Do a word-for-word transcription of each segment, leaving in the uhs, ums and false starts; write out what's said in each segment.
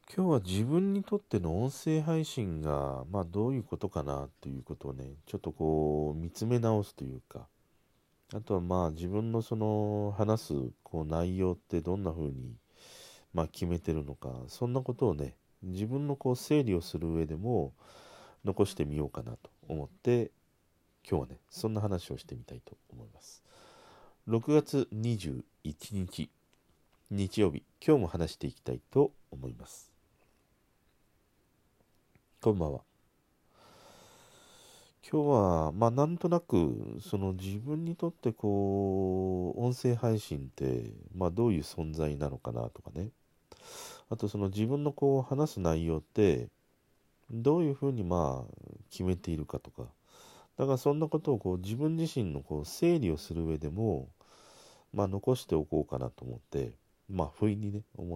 今日は自分にとっての音声配信が、まあどういうことかなということをね、ちょっとこう見つめ直すというか、あとはまあ自分のその話すこう内容ってどんな風にまあ決めてるのか、そんなことをね、自分のこう整理をする上でも残してみようかなと思って、今日はね、そんな話をしてみたいと思います。ろくがつにじゅういちにち、日曜日、今日も話していきたいと思います。こんばんは。今日は、まあ、なんとなく、その自分にとってこう、音声配信って、まあ、どういう存在なのかなとかね。あと、その自分のこう、話す内容って、どういうふうにまあ、決めているかとか。だから、そんなことをこう、自分自身のこう、整理をする上でも、まあ、残しておこうかなと思って、まあ、不意にね、思って。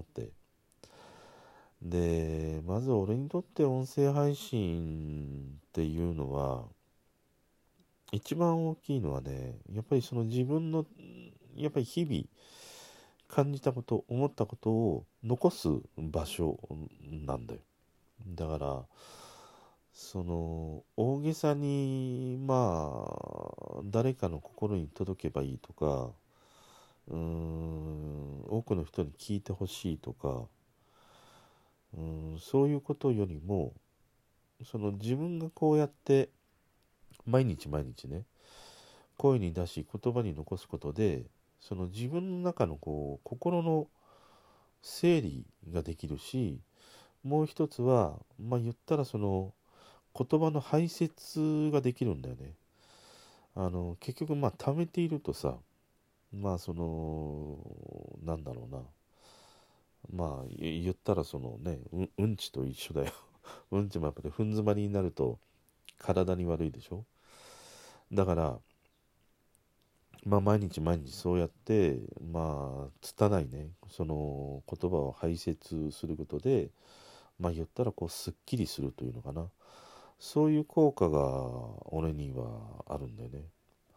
で、まず俺にとって音声配信っていうのは、一番大きいのはね、やっぱりその自分の、やっぱり日々感じたこと、思ったことを残す場所なんだよ。だから、その、大げさに、まあ、誰かの心に届けばいいとか、うーん、多くの人に聞いてほしいとか、うーん、そういうことよりも、その自分がこうやって毎日毎日ね、声に出し言葉に残すことで、その自分の中のこう心の整理ができるし、もう一つは、まあ言ったらその言葉の排泄ができるんだよね。あの結局まあ溜めているとさ、まあそのなんだろうな、まあ言ったらそのね、う、うんちと一緒だよ。うんちもやっぱりふん詰まりになると体に悪いでしょ。だからまあ毎日毎日そうやって、まあ、拙いね、その言葉を排泄することで、まあ言ったらこう、すっきりするというのかな。そういう効果が俺にはあるんだよね。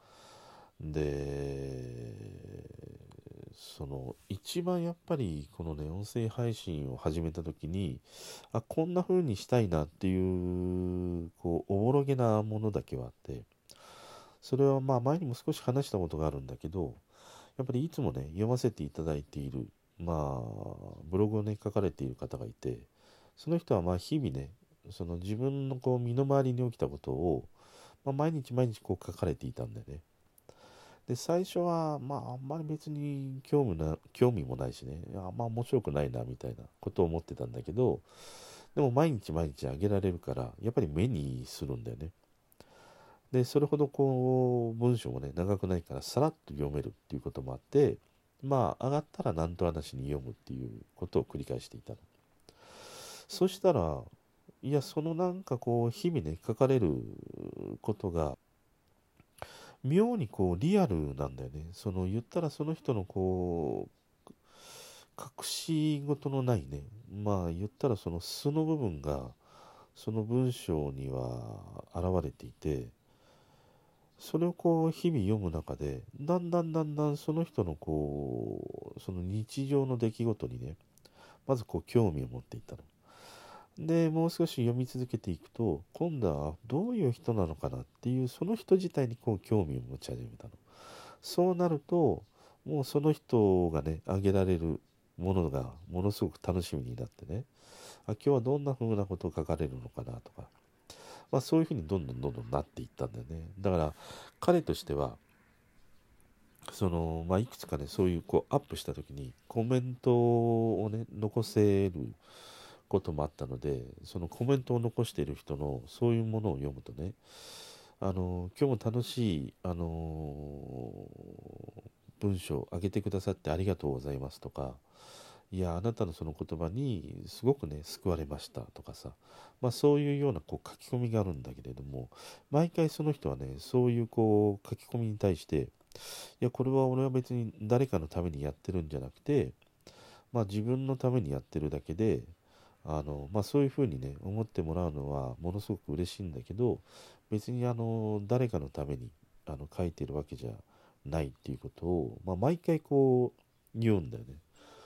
で、その一番やっぱりこのね、音声配信を始めた時に、あ、こんな風にしたいなっていう、こう、おぼろげなものだけはあって、それはまあ前にも少し話したことがあるんだけど、やっぱりいつもね、読ませていただいている、まあ、ブログをね、書かれている方がいて、その人はまあ日々ね、その自分のこう身の回りに起きたことを、まあ、毎日毎日こう書かれていたんだよね。で、最初は、まあ、あんまり別に興味な、興味もないしね、あんま面白くないな、みたいなことを思ってたんだけど、でも毎日毎日あげられるから、やっぱり目にするんだよね。で、それほどこう、文章もね、長くないからさらっと読めるっていうこともあって、まあ、上がったら何と話に読むっていうことを繰り返していたの。そしたら、いや、そのなんかこう、日々ね、書かれることが、妙にこう、リアルなんだよね。その、言ったらその人のこう、隠し事のないね、まあ、言ったらその素の部分が、その文章には現れていて、それをこう日々読む中で、だんだんだんだんその人のこう、その日常の出来事にね、まずこう興味を持っていったの。で、もう少し読み続けていくと、今度はどういう人なのかなっていう、その人自体にこう興味を持ち始めたの。そうなると、もうその人がね、あげられるものがものすごく楽しみになってね、あ、今日はどんな風なことを書かれるのかなとか、まあそういう風にどんどんどんどんなっていったんだよね。だから彼としては、その、まあ、いくつかね、そういうこうアップした時にコメントをね、残せることもあったので、そのコメントを残している人のそういうものを読むとね、あの、今日も楽しい、あの、文章を上げてくださってありがとうございますとか、いや、あなたのその言葉にすごくね、救われましたとかさ、まあそういうようなこう書き込みがあるんだけれども、毎回その人はね、そういうこう書き込みに対して、いや、これは俺は別に誰かのためにやってるんじゃなくて、まあ自分のためにやってるだけで、あの、まあそういうふうにね、思ってもらうのはものすごく嬉しいんだけど、別にあの、誰かのためにあの書いてるわけじゃないっていうことを、まあ毎回こう言うんだよね。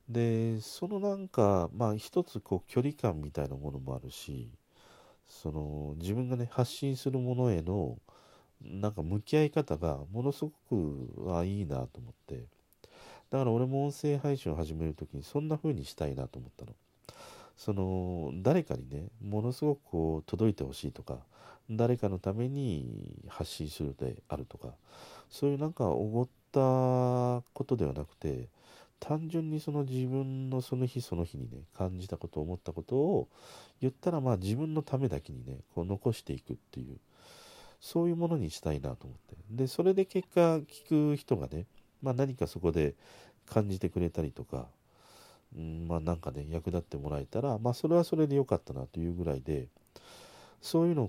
で、そのなんか、まあ一つこう距離感みたいなものもあるし、その自分がね、発信するものへのなんか向き合い方がものすごく、あ、いいなと思って。だから俺も音声配信を始めるときにそんな風にしたいなと思ったの。その誰かにね、ものすごくこう届いてほしいとか、誰かのために発信するであるとか、そういうなんかおごったことではなくて、単純にその自分のその日その日にね、感じたこと、思ったことを言ったら、まあ自分のためだけにね、こう残していくっていう、そういうものにしたいなと思って。で、それで結果聞く人がね、まあ何かそこで感じてくれたりとか、うん、まあなんかね、役立ってもらえたら、まあそれはそれで良かったなというぐらいで、そういうのを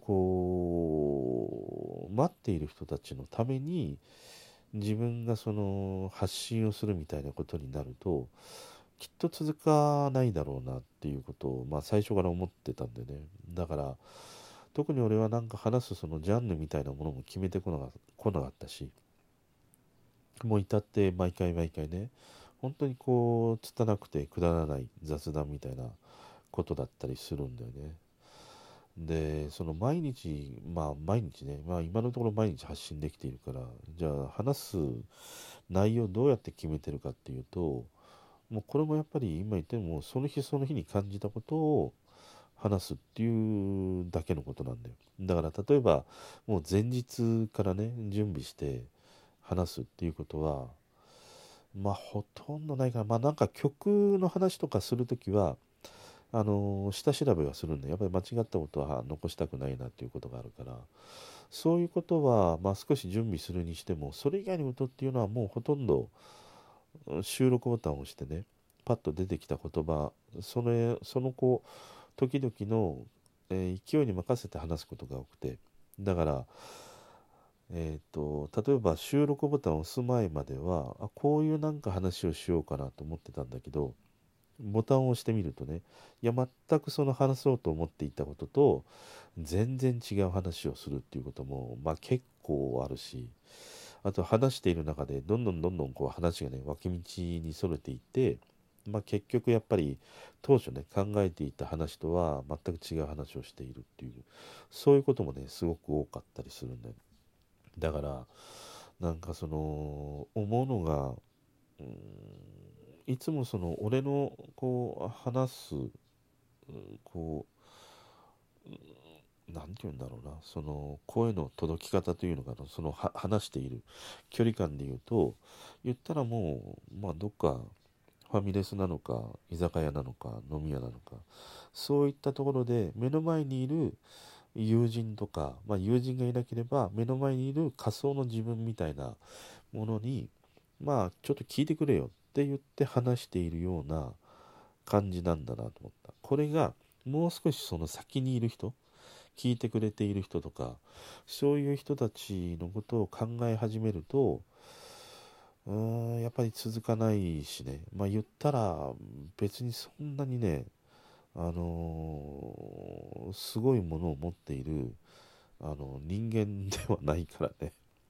こう、待っている人たちのために、自分がその発信をするみたいなことになると、きっと続かないだろうなっていうことを、まあ最初から思ってたんでね。だから、特に俺はなんか話すそのジャンルみたいなものも決めてこなか来なかったし、もう至って毎回毎回ね、本当にこう、拙くてくだらない雑談みたいなことだったりするんだよね。で、その毎日、まあ毎日ね、まあ今のところ毎日発信できているから、じゃあ話す内容どうやって決めてるかっていうと、もうこれもやっぱり今言っても、その日その日に感じたことを話すっていうだけのことなんだよ。だから例えば、もう前日からね、準備して話すっていうことは、まあほとんどないから、まあなんか曲の話とかするときは、あの下調べはするんで、やっぱり間違ったことは残したくないなっていうことがあるから、そういうことは、まあ、少し準備するにしても、それ以外のことっていうのはもうほとんど収録ボタンを押してね、パッと出てきた言葉、その、そのこう、時々の、えー勢いに任せて話すことが多くて、だから、えっと、例えば収録ボタンを押す前までは、あ、こういうなんか話をしようかなと思ってたんだけど、ボタンを押してみるとね、いや、全くその話そうと思っていたことと、全然違う話をするっていうことも、まあ結構あるし、あと話している中で、どんどんどんどんこう話がね、脇道にそれていって、まあ結局やっぱり当初ね、考えていた話とは全く違う話をしているっていう、そういうこともね、すごく多かったりするんだよね。だから、なんかその、思うのが、うーんいつもその俺のこう話すこうなんて言うんだろうな、その声の届き方というのかな、そのは話している距離感で言うと、言ったらもうまあどっかファミレスなのか居酒屋なのか飲み屋なのか、そういったところで目の前にいる友人とか、まあ、友人がいなければ目の前にいる仮想の自分みたいなものに、まあちょっと聞いてくれよって言って話しているような感じなんだなと思った。これがもう少しその先にいる人、聞いてくれている人とか、そういう人たちのことを考え始めると、うーん、やっぱり続かないしね。まあ言ったら別にそんなにね、あのーすごいものを持っている、あの人間ではないからね。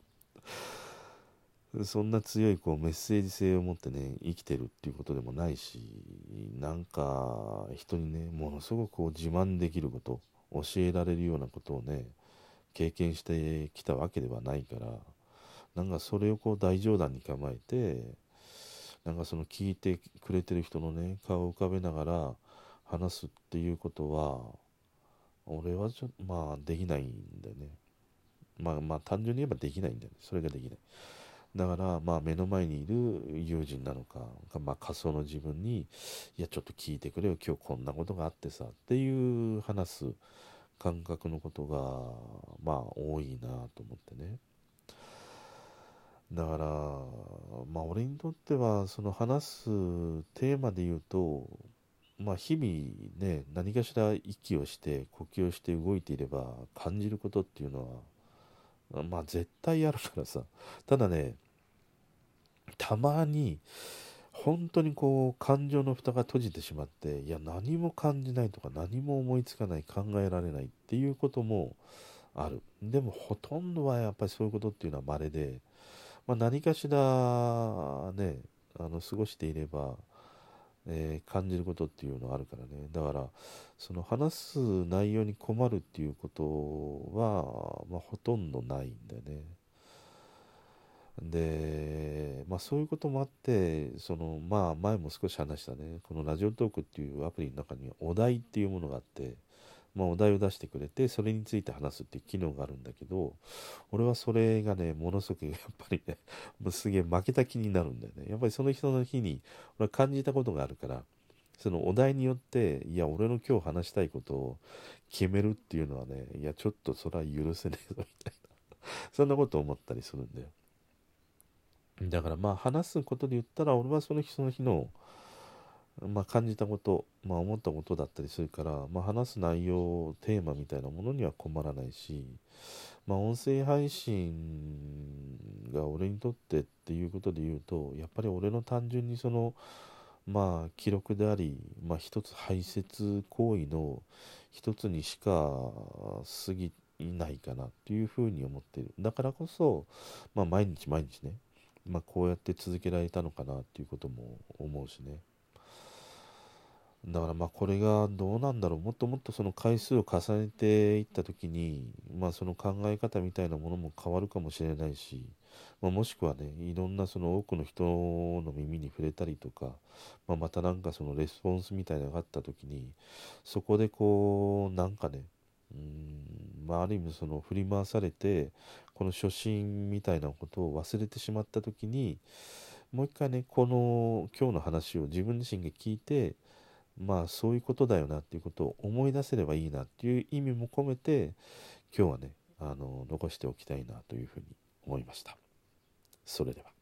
そんな強いこうメッセージ性を持ってね生きてるっていうことでもないし、なんか人にねものすごくこう自慢できること、教えられるようなことをね経験してきたわけではないから、なんかそれをこう大冗談に構えて、なんかその聞いてくれてる人のね顔を浮かべながら話すっていうことは、俺はちょっとまあできないんだよね。まあまあ単純に言えばできないんだよね。それができない。だから、まあ、目の前にいる友人なのか、まあ、仮想の自分に、いや、ちょっと聞いてくれよ、今日こんなことがあってさ、っていう話す感覚のことが、まあ、多いなと思ってね。だから、まあ、俺にとっては、その話すテーマで言うと、まあ、日々ね、何かしら息をして、呼吸をして動いていれば、感じることっていうのは、まあ、絶対あるからさ。ただね、たまに、本当にこう感情の蓋が閉じてしまって、いや何も感じないとか何も思いつかない、考えられないっていうこともある。でもほとんどはやっぱりそういうことっていうのは稀で、まあ、何かしらね、あの過ごしていればえー感じることっていうのはあるからね。だからその話す内容に困るっていうことは、まあ、ほとんどないんだよね。で、まあそういうこともあって、そのまあ前も少し話したね、このラジオトークっていうアプリの中にはお題っていうものがあって、まあお題を出してくれて、それについて話すっていう機能があるんだけど、俺はそれがね、ものすごくやっぱりね、もうすげえ負けた気になるんだよね。やっぱりその人の日に俺は感じたことがあるから、そのお題によって、いや、俺の今日話したいことを決めるっていうのはね、いや、ちょっとそれは許せねえぞみたいな、そんなことを思ったりするんだよ。だからまあ話すことで言ったら俺はその日その日の、まあ、感じたこと、まあ、思ったことだったりするから、まあ、話す内容テーマみたいなものには困らないし、まあ、音声配信が俺にとってっていうことで言うとやっぱり俺の単純にそのまあ記録であり、まあ、一つ排泄行為の一つにしか過ぎないかなっていうふうに思っている。だからこそ、まあ、毎日毎日ね、まあ、こうやって続けられたのかなっていうことも思うしね。だからまあこれがどうなんだろう、もっともっとその回数を重ねていった時に、まあその考え方みたいなものも変わるかもしれないし、まあ、もしくはね、いろんなその多くの人の耳に触れたりとか、まあ、またなんかそのレスポンスみたいなのがあった時に、そこでこう、なんかね、うーん、まあある意味その振り回されて、この初心みたいなことを忘れてしまった時に、もう一回ね、この今日の話を自分自身が聞いて、まあそういうことだよなっていうことを思い出せればいいなっていう意味も込めて今日はね、あの残しておきたいなというふうに思いました。それでは。